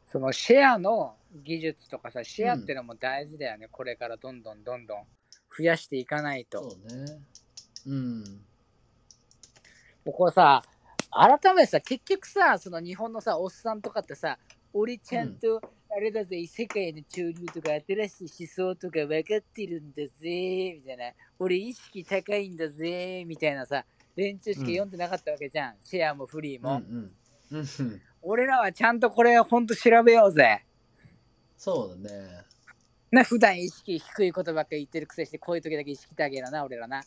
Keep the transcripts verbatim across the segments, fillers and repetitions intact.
そのシェアの技術とかさ、シェアってのも大事だよね、うん、これからどんどんどんどん増やしていかないと。 そうね。うん。 ここさ、改めてさ、結局さ、その日本のさ、おっさんとかってさ、俺ちゃんと、あれだぜ、うん、世界の潮流とか新しい思想とか分かってるんだぜ、みたいな。俺意識高いんだぜ、みたいなさ、連中しか読んでなかったわけじゃん。うん、シェアもフリーも。 うんうんうん、 俺らはちゃんとこれほんと調べようぜ。 そうだね。 な、普段意識低いことばっかり言ってるくせして、こういう時だけ意識高いな、俺らな。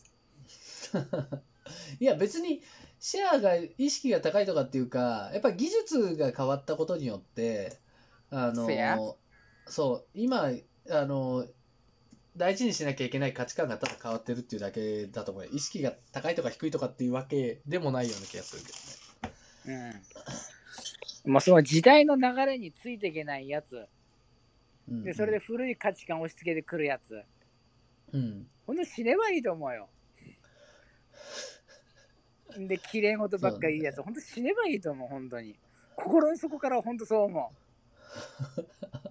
いや別にシェアが意識が高いとかっていうか、やっぱり技術が変わったことによって、あのそう今あの大事にしなきゃいけない価値観がただ変わってるっていうだけだと思う。意識が高いとか低いとかっていうわけでもないような気がするけどね。 うん。もうその時代の流れについていけないやつ。うんうん、でそれで古い価値観を押し付けてくるやつ。 うん。 ほんと死ねばいいと思うよ。で、綺麗事ばっかり言うやつ、ね、ほんと死ねばいいと思う、ほんとに。心の底からほんとそう思う。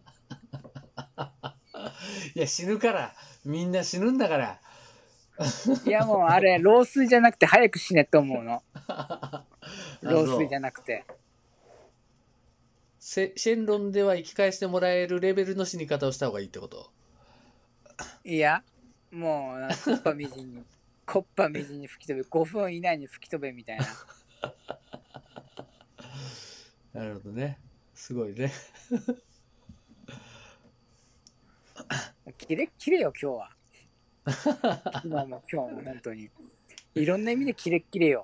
いや、死ぬから。みんな死ぬんだから。 いや、もうあれ、老衰じゃなくて早く死ねって思うの。老衰じゃなくて。 シェンロンでは生き返してもらえるレベルの死に方をした方がいいってこと？ いや、もう、コッパみじんに。コッパみじんに吹き飛べ、ごふん以内に吹き飛べみたいな。 なるほどね。すごいね。 キレッキレよ、今日は。昨日も今日も本当に。いろんな意味でキレッキレよ。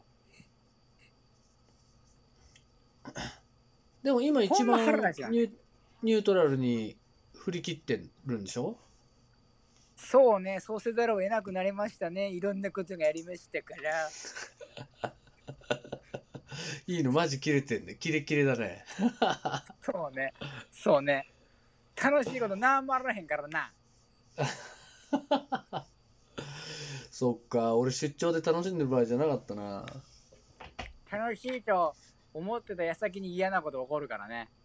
でも今一番ニュ、ニュートラルに振り切ってるんでしょ？ そうね、そうせざるを得なくなりましたね。いろんなことがありましたから。 いいの、マジキレてんね。キレキレだね。 そうね、そうね。楽しいことなんもあらへんからな。 そっか、俺出張で楽しんでる場合じゃなかったな。 楽しいと思ってた矢先に嫌なこと起こるからね。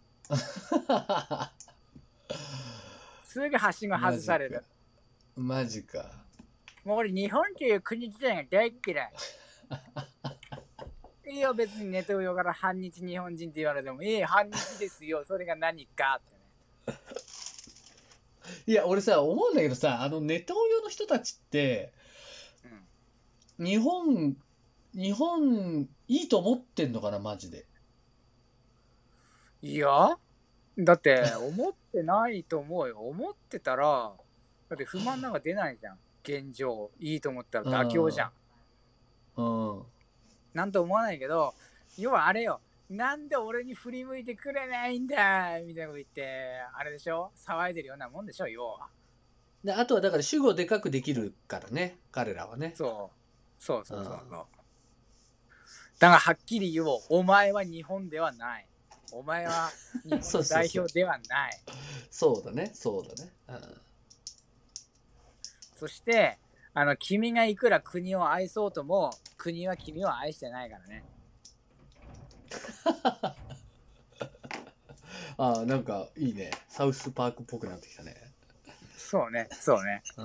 すぐはしご外される。 マジか。 もう俺日本という国自体が大嫌い。いいよ、別にネトウヨから反日日本人って言われても、いい反日ですよ、それが何かってね。 いや、俺さ、思うんだけどさ、あのネトウヨの人たちって、うん、日本、日本、いいと思ってんのかな、マジで。 いや、だって思ってないと思うよ。思ってたら、だって不満なんか出ないじゃん。現状、いいと思ったら妥協じゃん。 うん。 なんと思わないけど、要はあれよ。なんで俺に振り向いてくれないんだみたいなこと言って、あれでしょ？騒いでるようなもんでしょ、要は。 で、あとはだから主語でかくできるからね、彼らはね。 そう。そうそうそうそう。だからはっきり言おう。お前は日本ではない。お前は日本の代表ではない。 そうだね、そうだね。うん、 そして、あの、君がいくら国を愛そうとも、国は君を愛してないからね。 ああ、なんかいいね。サウスパークっぽくなってきたね。 そうね、そうね。うん。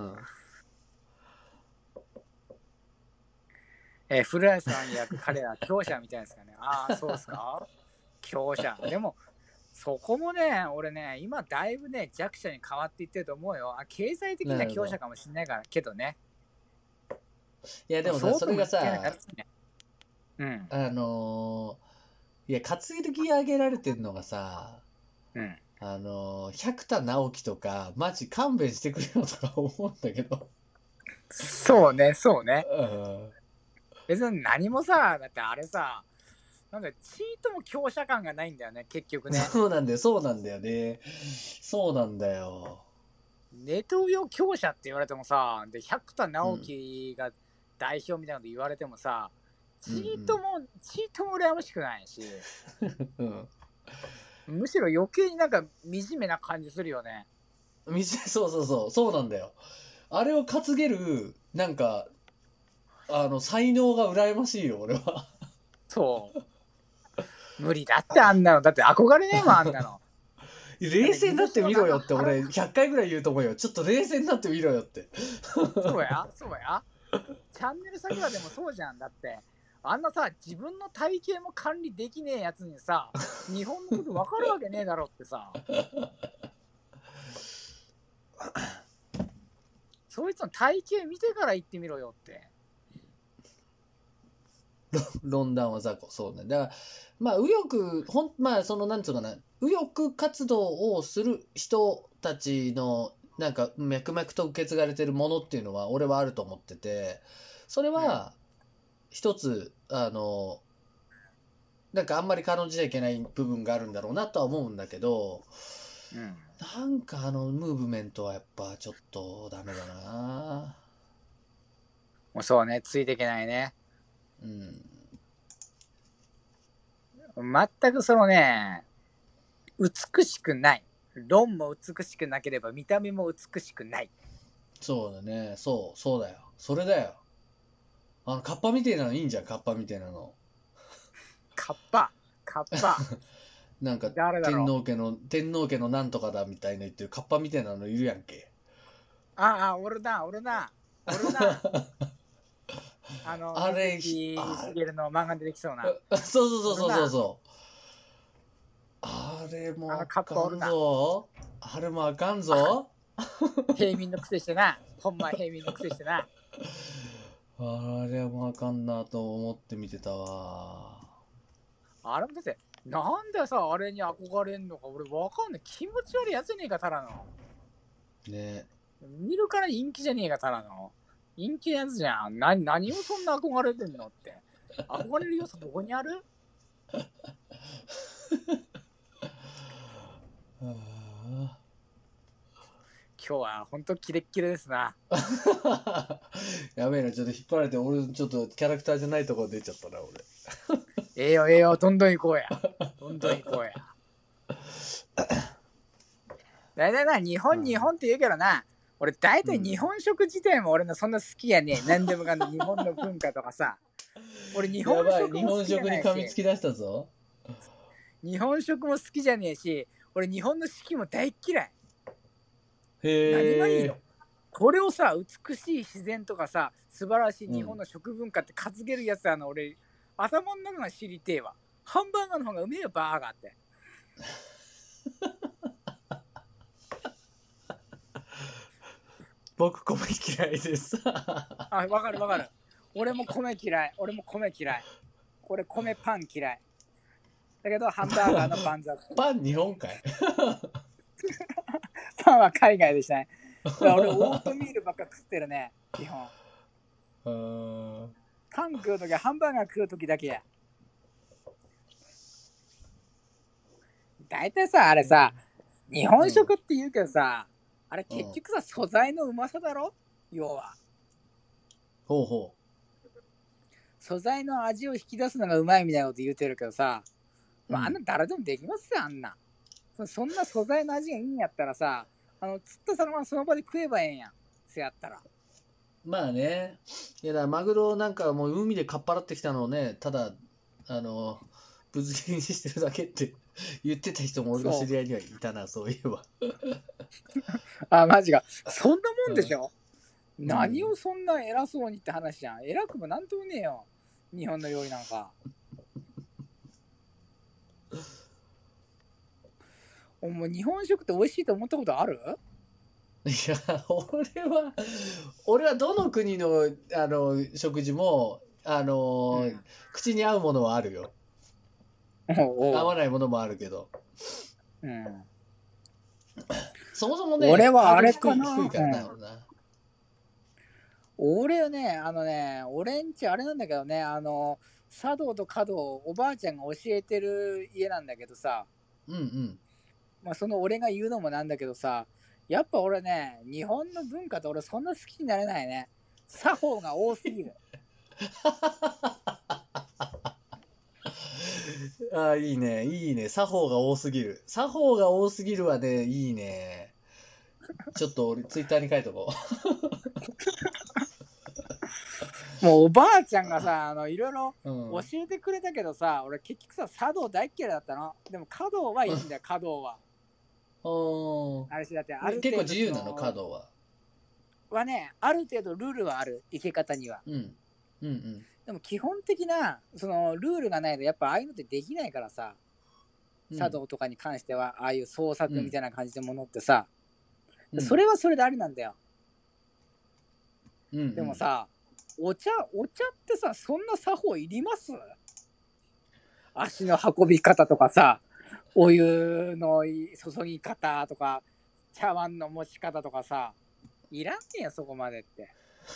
えー、古谷さん役彼ら強者みたいですかね。ああ、そうですか。強者。でも、そこもね、俺ね、今だいぶね、弱者に変わっていってると思うよ。あ、経済的な強者かもしれないからけどね。 いや、でもさ、それがさ、 うん、 あのー、いや、担ぎ上げられてるのがさ、 うん、 あのー、百田直樹とか、マジ勘弁してくれよとか思うんだけど。 そうね、そうね。 うん、 別に何もさ、だってあれさ、なんかチートも強者感がないんだよね、結局ね。 そうなんだよ、そうなんだよね。そうなんだよ。 ネトウヨ強者って言われてもさ、で、百田直樹が代表みたいなこと言われてもさ、うん、チートも、うんうん、チートも羨ましくないし、うん、むしろ余計になんか惨めな感じするよね。 みそうそうそう、そうなんだよ。あれを担げる、なんか、あの、才能が羨ましいよ、俺は。 そう。無理だってあんなの。だって憧れねえもん、あんなの。 冷静になってみろよって俺ひゃっかいぐらい言うと思うよ。ちょっと冷静になってみろよって。 そうや、そうや。チャンネル先はでもそうじゃん。だって、あんなさ、自分の体型も管理できねえやつにさ、日本のこと分かるわけねえだろってさ。そいつの体型見てから行ってみろよって。 論壇は雑魚、そうね。だから、まあ、右翼、ほん、まあ、その、なんつうかな、右翼活動をする人たちの、なんか、脈々と受け継がれてるものっていうのは、俺はあると思ってて、それは、一つ、あの、なんかあんまり軽んじちゃいけない部分があるんだろうなとは思うんだけど、 うん、 なんかあのムーブメントはやっぱちょっとダメだな。 もうそうね、ついていけないね。 うん。 全くそのね、美しくない。論も美しくなければ見た目も美しくない。 そうだね。そう、そうだよ。それだよ。あの、カッパみてえなのいいんじゃん、カッパみてえなの。 カッパ、カッパ。 なんか、 誰だろう。 天皇家の、天皇家のなんとかだみたいな言ってるカッパみたいなのいるやんけ。 ああ、俺だ、俺だ、俺だ。あの、 あれ、 水木あしげるの漫画でできそうな。 そうそうそうそうそうそう。あれもあかんぞ。あれもあかんぞ。 平民のくせしてな。ほんま平民のくせしてな。 あれもあかんなと思って見てたわ。 あれもだって、なんでさ、あれに憧れんのか俺わかんない。気持ち悪いやつじゃねえか、ただの。 ね。 見るから陰気じゃねえか、ただの。陰気なやつじゃん。な何をそんな憧れてんのって。憧れる要素どこにある？今日は本当キレッキレですな。 やべえな、ちょっと引っ張られて、俺ちょっとキャラクターじゃないところ出ちゃったな、俺。 ええよ、ええよ、どんどん行こうや。どんどん行こうや。だいたいな、日本、日本って言うけどな、俺大体日本食自体も俺のそんな好きやねえ。何でもかんで日本の文化とかさ。俺日本食も好きじゃないし。 日本食に噛みつき出したぞ。 日本食も好きじゃねえし、俺日本の四季も大嫌い。 へ何がいいの？これをさ、美しい自然とかさ、素晴らしい日本の食文化って担げるやつあの、俺、頭の中が知りてえわ。ハンバーガーの方がうめえよ、バーガーって。 僕、米嫌いです。 あ、わかるわかる。俺も米嫌い。俺も米嫌い。これ米パン嫌い。だけど、ハンバーガーのパンザパン日本かい？ パンは海外でしたね。俺、オートミールばっか食ってるね、基本。パン食うときはハンバーガー食うときだけや。大体さ、あれさ、日本食って言うけどさ、あれ結局さ、素材のうまさだろ？要は。 ほうほう。 素材の味を引き出すのがうまいみたいなこと言うてるけどさ、まあ、あんな誰でもできますよ、あんな。そんな素材の味がいいんやったらさ、あの、釣った魚その場で食えばええんやん。せやったら。 まあね。いやだ、マグロなんかもう海でかっぱらってきたのをね、ただ、あの、ぶつ切りにしてるだけって言ってた人も俺の知り合いにはいたな、そういえば。 あ、マジか。そんなもんでしょ、うん、何をそんな偉そうにって話じゃん。偉くもなんともねえよ。日本の料理なんか。お前日本食って美味しいと思ったことある？ いや、俺は、俺はどの国の、あの、食事も、あの、うん、口に合うものはあるよ。おうおう合わないものもあるけど。うん。そもそもね、 俺はあれかな。 低いからな、俺な。 俺はね、あのね、俺んちあれなんだけどね、あの、茶道と華道おばあちゃんが教えてる家なんだけどさ、 うんうん。 まあその俺が言うのもなんだけどさ、やっぱ俺ね、日本の文化って俺そんな好きになれないね。作法が多すぎる。 ああ、いいね、いいね。作法が多すぎる。作法が多すぎるはね、いいね。ちょっと俺、ツイッターに書いとこう。もうおばあちゃんがさ、あの、いろいろ教えてくれたけどさ、うん、俺結局さ、茶道大っ嫌いだったの。でも華道はいいんだよ、華道は。 ああれしだってある程度結構自由なの、カードは。 はね、ある程度ルールはある、生け方には。 うん。うんうん。 でも基本的な、そのルールがないと、やっぱああいうのってできないからさ、茶道とかに関しては、ああいう創作みたいな感じのものってさ、うん、それはそれでありなんだよ。 うんうん、 でもさ、お茶、お茶ってさ、そんな作法いります？足の運び方とかさ、お湯の注ぎ方とか、茶碗の持ち方とかさ、いらんねえよ、そこまでって。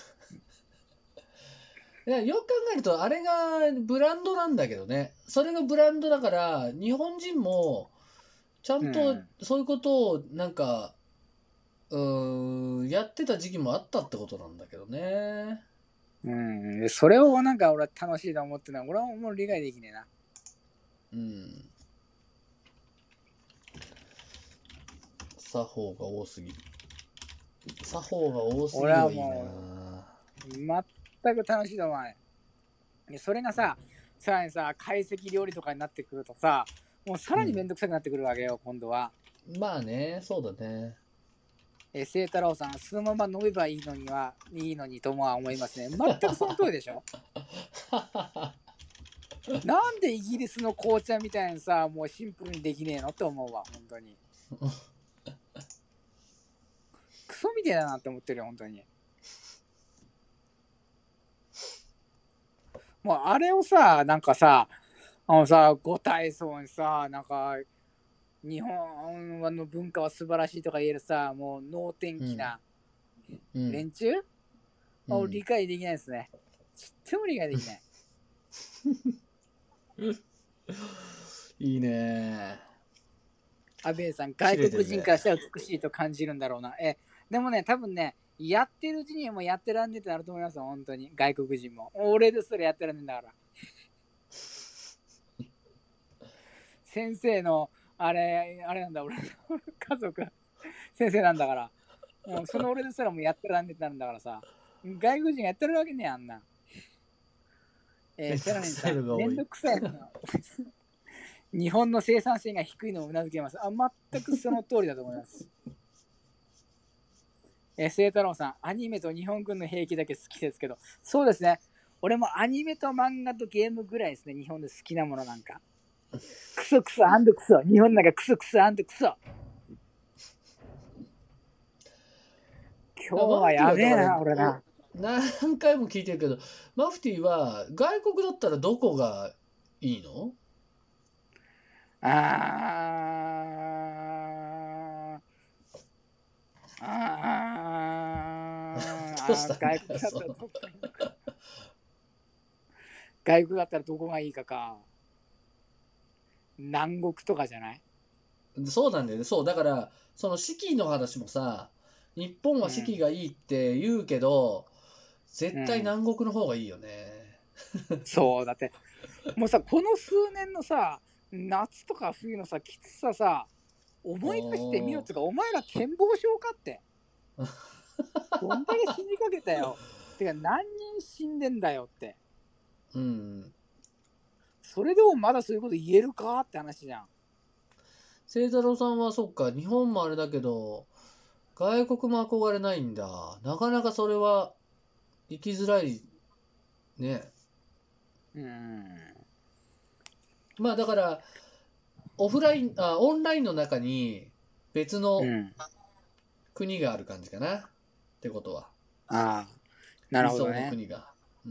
いや、よく考えると、あれがブランドなんだけどね。それがブランドだから、日本人も、ちゃんとそういうことを、なんか、うーん、やってた時期もあったってことなんだけどね。 うん。それをなんか俺は楽しいと思ってるのは、俺はもう理解できねえな。 うん。作法が多すぎ。作法が多すぎるはいいな。俺はもう、全く楽しいと思わない。それがさ、さらにさ、懐石料理とかになってくるとさ、もうさらにめんどくさくなってくるわけよ、うん、今度は。 まあね、そうだね。 え、清太郎さん、そのまま飲めばいいのには、いいのにともは思いますね。全くその通りでしょ。なんでイギリスの紅茶みたいにさ、もうシンプルにできねえのって思うわ、本当に。クソみたいだなって思ってるよ、本当に。もうあれをさ、なんかさ、あのさ、ご体操にさ、なんか、日本の文化は素晴らしいとか言えるさ、もう能天気な連中、うん、を理解できないですね。ちっとも理解できない。 いいね。 アベイさん、外国人からしたら美しいと感じるんだろうな。え、でもね、多分ね、やってるうちにもうやってらんねえってなると思いますよ、本当に。外国人も。俺ですらやってらんねえんだから。先生の、あれ、あれなんだ、俺の家族、先生なんだから。もうその俺ですらもうやってらんねえってなるんだからさ。外国人やってるわけねえ、あんな。えー、チャラネンさん、めんどくさいな。日本の生産性が低いのをうなずけます。あ、全くその通りだと思います。えー、清太郎さん、アニメと日本軍の兵器だけ好きですけど、そうですね。俺もアニメと漫画とゲームぐらいですね、日本で好きなものなんか。クソクソアンドクソ。日本なんかクソクソアンドクソ。今日はやべえな、俺な。 何回も聞いてるけど、マフティーは外国だったらどこがいいの？ あーあーどうしたんだよ、外国だったらどこがいいのか。外国だったらどこがいいかか。南国とかじゃない？ そうなんだよね。そう、だから、その四季の話もさ、日本は四季がいいって言うけど、うん、絶対南国の方がいいよね。 うん、そう、だって、もうさ、この数年のさ、夏とか冬のさ、きつささ、思い出してみろっていうか、お前ら健忘症かって。どんだけ死にかけたよ。てか、何人死んでんだよって。 うん。 それでもまだそういうこと言えるかって話じゃん。 清太郎さんはそっか、日本もあれだけど、外国も憧れないんだ。なかなかそれは生きづらいね。 うん。 まあだから、オフライン、あ、オンラインの中に別の国がある感じかな。ってことは。 ああ、なるほどね。 理想の国が。うん。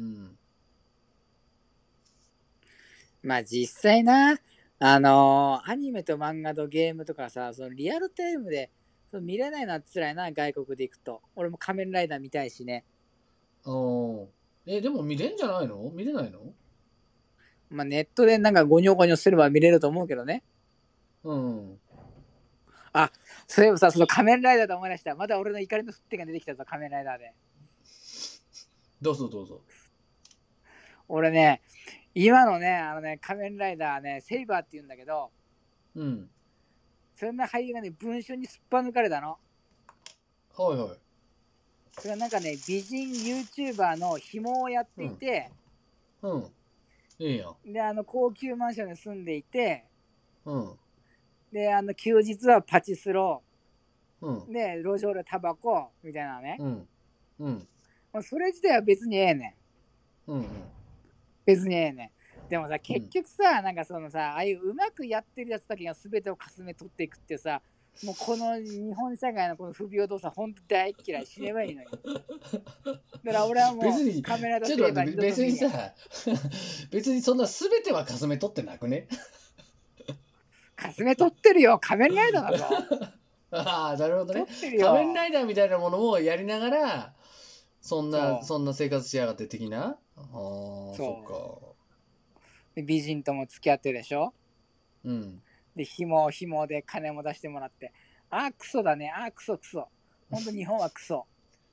まあ実際な、あのー、アニメと漫画とゲームとかさ、そのリアルタイムでその見れないのは辛いな、外国で行くと。俺も仮面ライダー見たいしね。 おえ、でも見れんじゃないの？見れないの？ まあネットでなんかゴニョゴニョすれば見れると思うけどね。 うん。 あ、そういえばさ、その仮面ライダーと思い出した。まだ俺の怒りの沸点が出てきたぞ、仮面ライダーで。 どうぞどうぞ。 俺ね、今のね、あのね、仮面ライダーね、セイバーって言うんだけど、 うん。 そんな俳優がね、文春にすっぱ抜かれたの。 はいはい。 それはなんかね、美人 YouTuber の紐をやっていて、 うん。うん、いいやん。 で、あの、高級マンションに住んでいて、 うん。 で、あの、休日はパチスロ。 うん。 で、路上でタバコ、みたいなね。 うん。うん。 まあそれ自体は別にええねん。 うん。 別にええねん。でもさ、結うん。 局さ、なんかそのさ、ああいううまくやってるやつだけが全てをかすめ取っていくってさ、もうこの日本社会のこの不平等さ、ほんと大っ嫌い。死ねばいいのに。だから俺はも別に、 うカメラ出ちょっと待って、 せれば二度と別に見ねえ。 さ、別にそんな全てはかすめ取ってなくね。 かすめ取ってるよ。仮面ライダーだぞ。 ああ、なるほどね。 取ってる仮面ラよ。 イダーみたいなものもやりながら、そんな、 そそんな生活しやがって的な。ああ、そそうっか。 で美人とも付き合ってるでしょ。 うん。 で、紐、紐で金も出してもらって。ああ、クソだね。ああ、クソクソ。ほんと日本はクソ。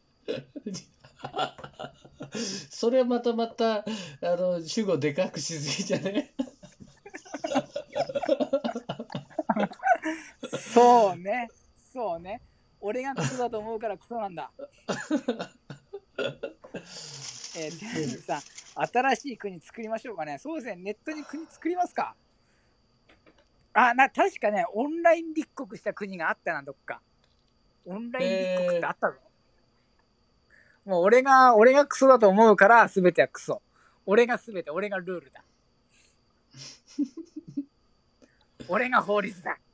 それはまたまた、あの、主語でかくしすぎじゃね。 そうね。そうね。俺がクソだと思うからクソなんだ。えー、テレビさん、新しい国作りましょうかね。そうですね。ネットに国作りますか。あ、な、確かね、オンライン立国した国があったな、どっか。オンライン立国ってあったぞ。もう俺が、俺がクソだと思うから、すべてはクソ。俺がすべて、俺がルールだ。俺が法律だ。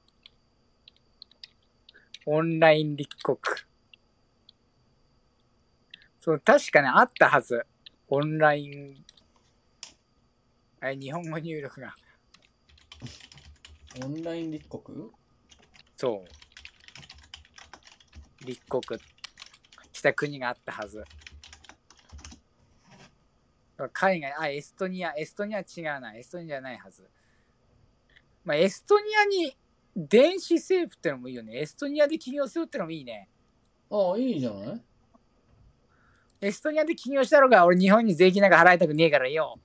オンライン立国。そう、確かね、あったはず。オンライン、あれ、日本語入力が。 オンライン立国？ そう。立国した国があったはず。海外、あ、エストニア、エストニア違うな。エストニアじゃないはず。まあ、エストニアに電子政府ってのもいいよね。エストニアで起業するってのもいいね。 ああ、いいじゃない。 エストニアで起業したのが、俺日本に税金なんか払いたくねえからよ。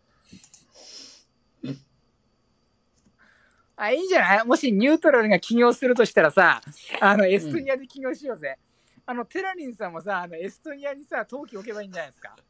あ、いいんじゃない？もしニュートラルが起業するとしたらさ、あの、エストニアで起業しようぜ。うん、あの、テラリンさんもさ、あの、エストニアにさ、登記置けばいいんじゃないですか。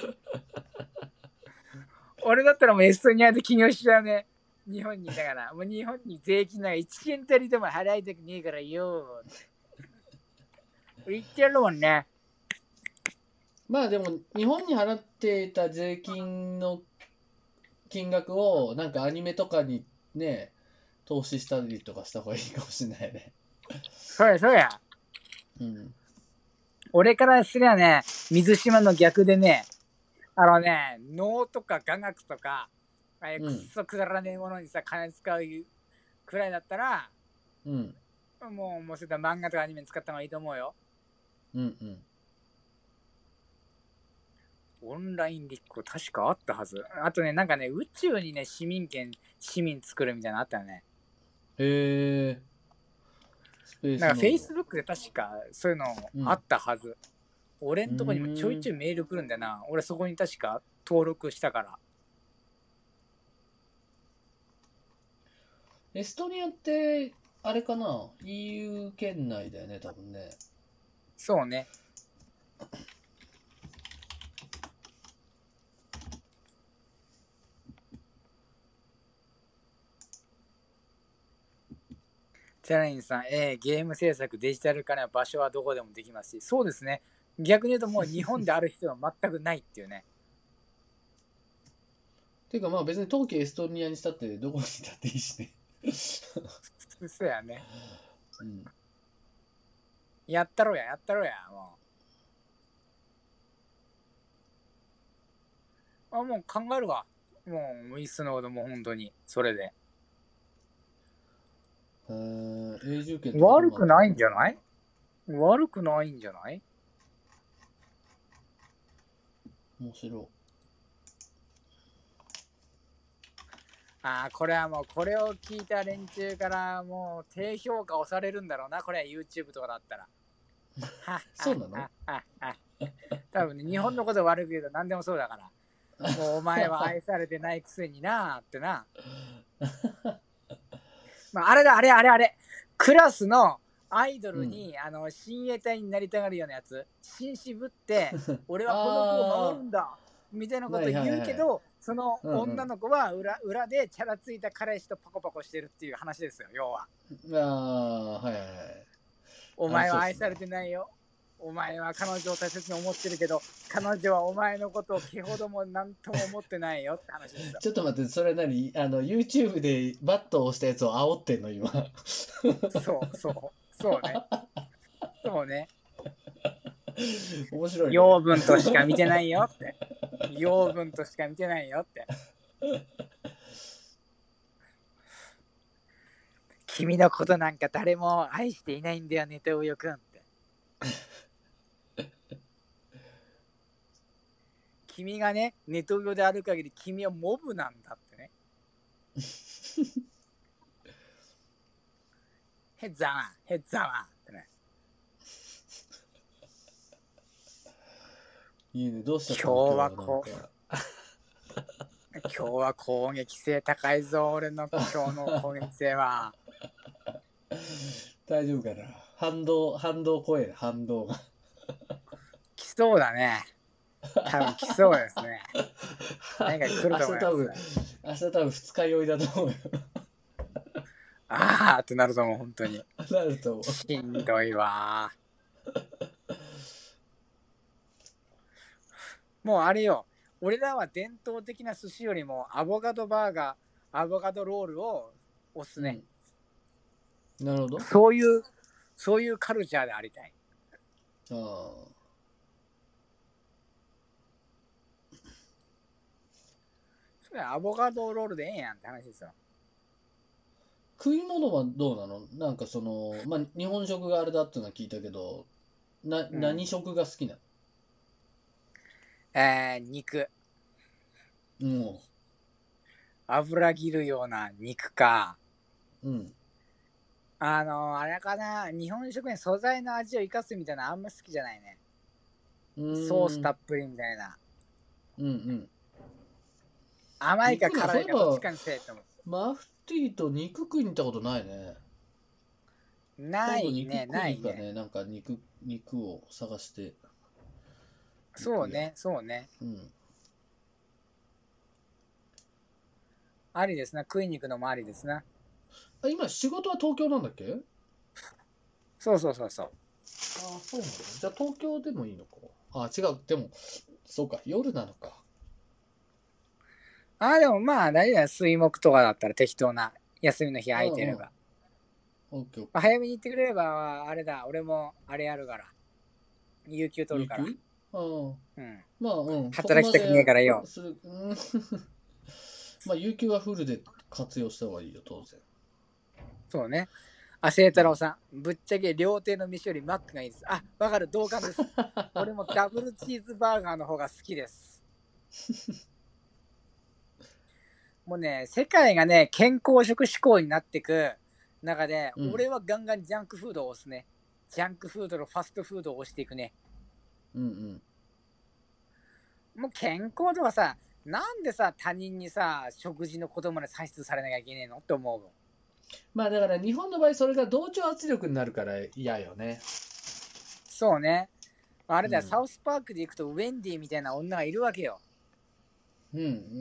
俺だったらもうエストニアで起業しちゃうね。日本に。だから、もう日本に税金なんかいちえんたりでも払いたくねえからよ。言ってやるもんね。 まあでも、日本に払っていた税金の金額を、なんかアニメとかにね、投資したりとかした方がいいかもしれないね。 そうや、そうや。うん。俺からすりゃね、水島の逆でね、あのね、能とか雅楽とか、ああいうくっそくだらねえものにさ、金使うくらいだったら、うん。もう、もうそういった漫画とかアニメに使った方がいいと思うよ。うんうん。オンライン立国確かあったはず。あとね、なんかね、宇宙にね、市民権、市民作るみたいなのあったよね。へえ。スペースなんか Facebook で確かそういうのあったはず。うん、俺んとこにもちょいちょいメール来るんだよな。俺そこに確か登録したから。 エストニアって、あれかな ?イーユー 圏内だよね、多分ね。 そうね。チャレンジさん、えー、ゲーム制作、デジタル化の場所はどこでもできますし、そうですね。逆に言うともう日本である必要は全くないっていうね。 ていうかまあ別に冬季エストニアにしたってどこにいたっていいしね。 そうやね。うん。やったろや、やったろや、もう。あ、もう考えるわ。もう、いっそのこともう本当に、それで。 へー、永住権悪くないんじゃない？悪くないんじゃない？ 面白い。 ああ、これはもう、これを聞いた連中からもう低評価押されるんだろうな、これは YouTube とかだったら。 そうなの？ 多分ね、日本のこと悪く言うと何でもそうだから。もうお前は愛されてないくせになーってな。まあ、あれだ、あれあれあれ。クラスのアイドルに、うん、あの親衛隊になりたがるようなやつ、紳士ぶって、俺はこの子を守るんだみたいなこと言うけど、はいはいはい、 そのうんうん女の子は裏裏でチャラついた彼氏とパコパコしてるっていう話ですよ、要は。 ああ、はいはいはい。 お前はありそうっすね愛されてないよ。お前は彼女を大切に思ってるけど、彼女はお前のことを毛ほども何とも思ってないよって話ですよ。 ちょっと待って、それ何あの、YouTube でバットを押したやつを煽ってんの、今。 そうそう、そうね。そうね。 面白いね。 養分としか見てないよって。養分としか見てないよって。君のことなんか誰も愛していないんだよね、トウヨくんって。君がね、ネトウヨである限り君はモブなんだってね。へっざま、へっざまってね。 いいね、どうした今日はこう、今日は攻撃性高いぞ、俺の今日の攻撃性は。 大丈夫かな反動、反動怖え、反動が。 来そうだね。多分来そうですね。何か来ると思います。 明日多分、明日多分二日酔いだと思うよ。 あーってなると思う、本当に。 なると思う。 しんどいわ。もうあれよ、俺らは伝統的な寿司よりもアボカドバーガー、アボカドロールを押すね。 うん、なるほど。 そういう、そういうカルチャーでありたい。 ああ。 それアボカドロールでええやんって話ですよ。 食い物はどうなのなんかその、まあ、日本食があれだっていうのは聞いたけど、な、 うん何食が好きなのえー、肉。 も油切るような肉か。 う。うん。 あのー、あれかな、日本食に素材の味を生かすみたいなあんま好きじゃないね。 うーんソースたっぷりみたいな。 うんうん。 甘いか辛いかどっちかにせえと思マフティーと肉食いに行ったことないね。 う。ない今度肉ね、 食いないね。 に行くかね。なんか肉、肉を探して。 そうね、そうね。 うん。 ありですな。食いに行くのもありですな。 あ、今仕事は東京なんだっけそうそうそうそう。 あ、そうなんだ。じゃあ東京でもいいのか。あ、違う。でも、そうか。夜なのか。 ああ、でもまあ、大丈夫だよ。水木とかだったら適当な休みの日空いてれば。 オッケーオッケー。 まあ、早めに行ってくれれば、あれだ。俺もあれやるから。有給取るから。 行くああ。 うん。 まあ、うん。 働きたくねえからよ。 そこまでうん、まあ、有給はフルで活用した方がいいよ、当然。 そうね。あ、清太郎さん。ぶっちゃけ料亭の飯よりマックがいいです。あ、わかる。同感です。俺もダブルチーズバーガーの方が好きです。もうね、世界がね、健康食志向になっていく中で、 うん俺はガンガンジャンクフードを押すね。ジャンクフードのファストフードを押していくね。 うんうん。 もう健康とかさ、なんでさ、他人にさ、食事のことまで歳出されなきゃいけねえのって思う。 まあだから日本の場合それが同調圧力になるから嫌よね。 そうね。あれだよ、 うんサウスパークで行くとウェンディみたいな女がいるわけよ。 うん。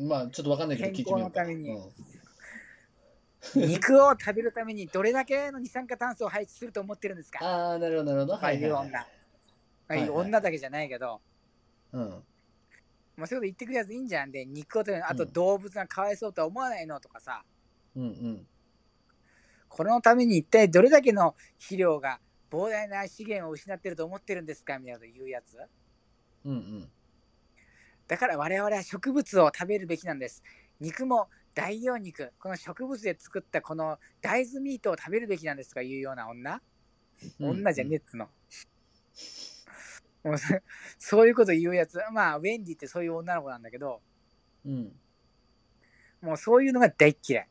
まあちょっとわかんないけど聞いてみようか。 健康のためにうん、 肉を食べるためにどれだけの二酸化炭素を排出すると思ってるんですかああ、なるほどなるほど。 とかいう女。 はいはいはいああいう女だけじゃないけど、 うん。 まあ、そういうこと言ってくるやついいんじゃん。で、肉を食べる、あと動物がかわいそうとは思わないのとかさ、 うんうん。 このために一体どれだけの肥料が膨大な資源を失ってると思ってるんですかみたいなこと言うやつ。 うんうん。 だから我々は植物を食べるべきなんです。肉も代用肉、この植物で作ったこの大豆ミートを食べるべきなんですとかいうような女、 うん女じゃねえっつの。もうそういうこと言うやつ、まあウェンディってそういう女の子なんだけど、 うん。 もうそういうのが大っ嫌い。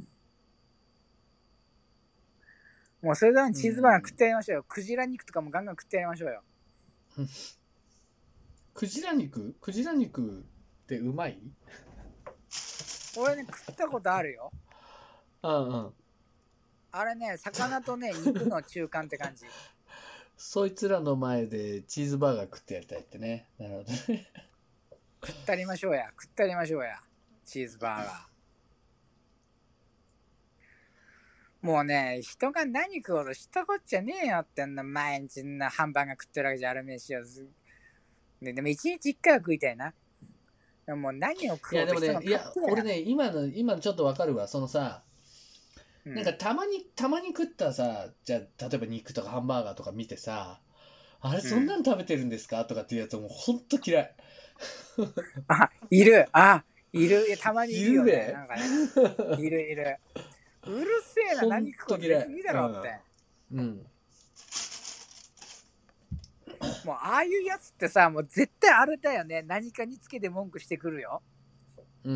もうそれぞれにチーズバーガー食ってやりましょうよ。クジラ肉とかもガンガン食ってやりましょうよ。 クジラ肉クジラ肉ってうまい俺ね、食ったことあるよ。 うんうん。 あれね、魚とね、肉の中間って感じ。 そいつらの前でチーズバーガー食ってやりたいってね。なるほどね。 食ってやりましょうや。食ってやりましょうや。 チーズバーガー。もうね、人が何食おうとしたこっちゃねえよってんな、毎日なハンバーガー食ってるわけじゃあるめえしよ。ね、でも一日一回は食いたいな。でももう何をいや、 食おうとでもね、いや、俺ね、 ね、今の、今のちょっとわかるわ。そのさ、 うん、 なんかたまに、たまに食ったさ、じゃあ、例えば肉とかハンバーガーとか見てさ、あれ、そんなの食べてるんですかとかっていうやつもうほんと嫌い。 あ、いる。あ、いる。いや、たまにいるよね。 いるべなんかね。いるいる。うるせえな、 ほん何食おうとと嫌い。 別にいいだろうって。 うん。うん。 もう、ああいうやつってさ、もう絶対あれだよね。何かにつけて文句してくるよ。 うん。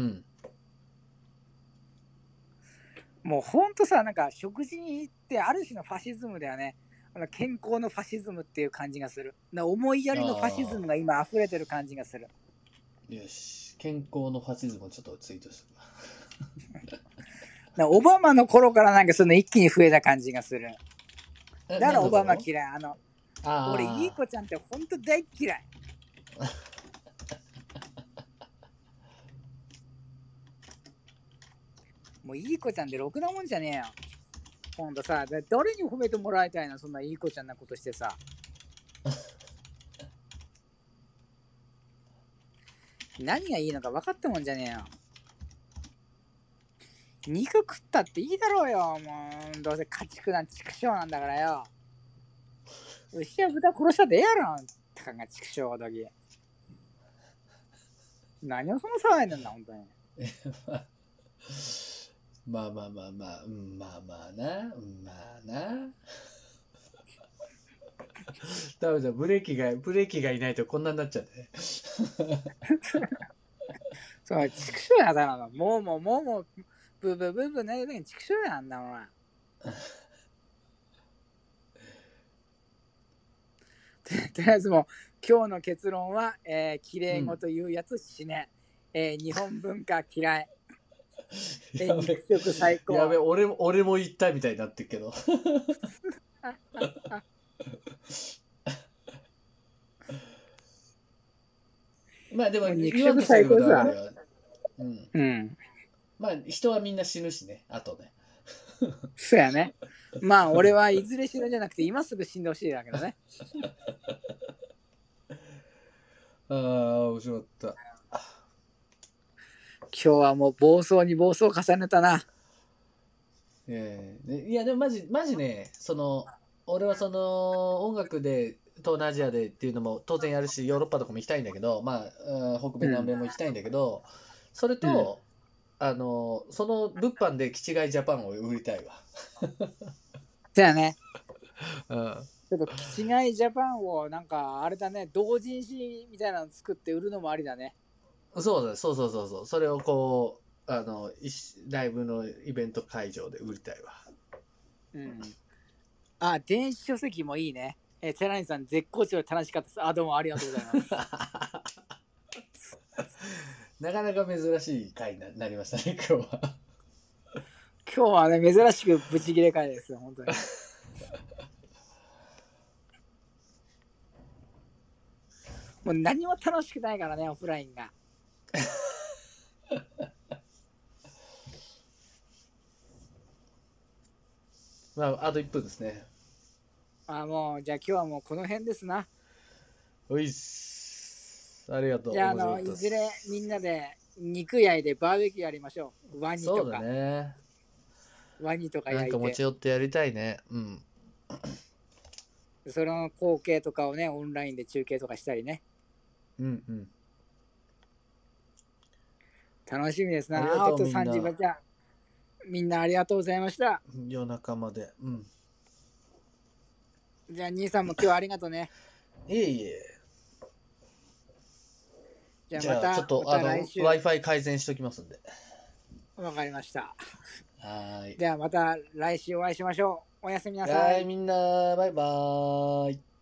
もうほんとさ、なんか食事に行ってある種のファシズムだよね。あの健康のファシズムっていう感じがする。な思いやりのファシズムが今溢れてる感じがする。 よし。健康のファシズムをちょっとツイートする。 なオバマの頃からなんかその一気に増えた感じがする。だからオバマ嫌い。あの、 あ俺、いい子ちゃんってほんと大嫌い。もういい子ちゃんでろくなもんじゃねえよ。ほんとさ、誰に褒めてもらいたいな、そんないい子ちゃんなことしてさ。何がいいのか分かったもんじゃねえよ。肉食ったっていいだろうよ。もう、どうせ家畜なん畜生なんだからよ。牛や豚殺したってええやろ。たかが畜生ごとき。何をその騒いでんだ、ほんとに。 まあまあまあまあ、うん、まあまあな、うん、まあな。ダメだ、ブレーキが、ブレーキがいないとこんなになっちゃって。 そう、畜生やだな。もうもうもうもう、ブーブーブーブーね、ね、畜生やあんなもん。とりあえずもう、今日の結論は、えー、きれいごというやつ死ね。うん、えー、日本文化嫌い。えー、肉食最高。 やべ、俺も、俺も言ったみたいになってるけど。まあでも、 肉言わんとしてることはわかるよ。うん。 うん。 まあ、人はみんな死ぬしね、あとね。 そうやね。まあ、俺はいずれ死ぬじゃなくて、今すぐ死んでほしいだけどね。 ああ、面白かった。 今日はもう暴走に暴走を重ねたな。 えー、いや、でもマジ、マジね、その、俺はその、音楽で、東南アジアでっていうのも当然やるし、ヨーロッパとかも行きたいんだけど、まあ、北米、南米も行きたいんだけど、うん、それと、うん、あの、その物販でキチガイジャパンを売りたいわ。 そうやね。 うん。 ちょっとキチガイジャパンをなんかあれだね、同人誌みたいなの作って売るのもありだね。 そうだ、そうそうそうそう。それをこう、あの、ライブのイベント会場で売りたいわ。 うん。あ、電子書籍もいいね。えー、寺西さん、絶好調で楽しかったです。あ、どうもありがとうございます。 なかなか珍しい回になりましたね、今日は。 今日はね、珍しくブチギレ回ですよ、本当に。もう何も楽しくないからね、オフラインが。 まあ、あといっぷんですね。 あ、もう、じゃあ今日はもうこの辺ですな。 おいっす。ありがとう。 じゃあ、あの、いずれみんなで肉焼いてバーベキューやりましょう。ワニとか。 そうだね。 ワニとか焼いて。 なんか持ち寄ってやりたいね。うん。 その光景とかをね、オンラインで中継とかしたりね。 うんうん。 楽しみですな。あ, あとさんじかんじゃ。みんなありがとうございました。 夜中まで。うん。 じゃあ、兄さんも今日はありがとうね。 いえいえ。 じゃあ、また、 ちょっと、 また来週。 あの、Wi-Fi 改善しときますんで。 わかりました。 はい。 では、また来週お会いしましょう。おやすみなさい。 はい、みんな、バイバーイ。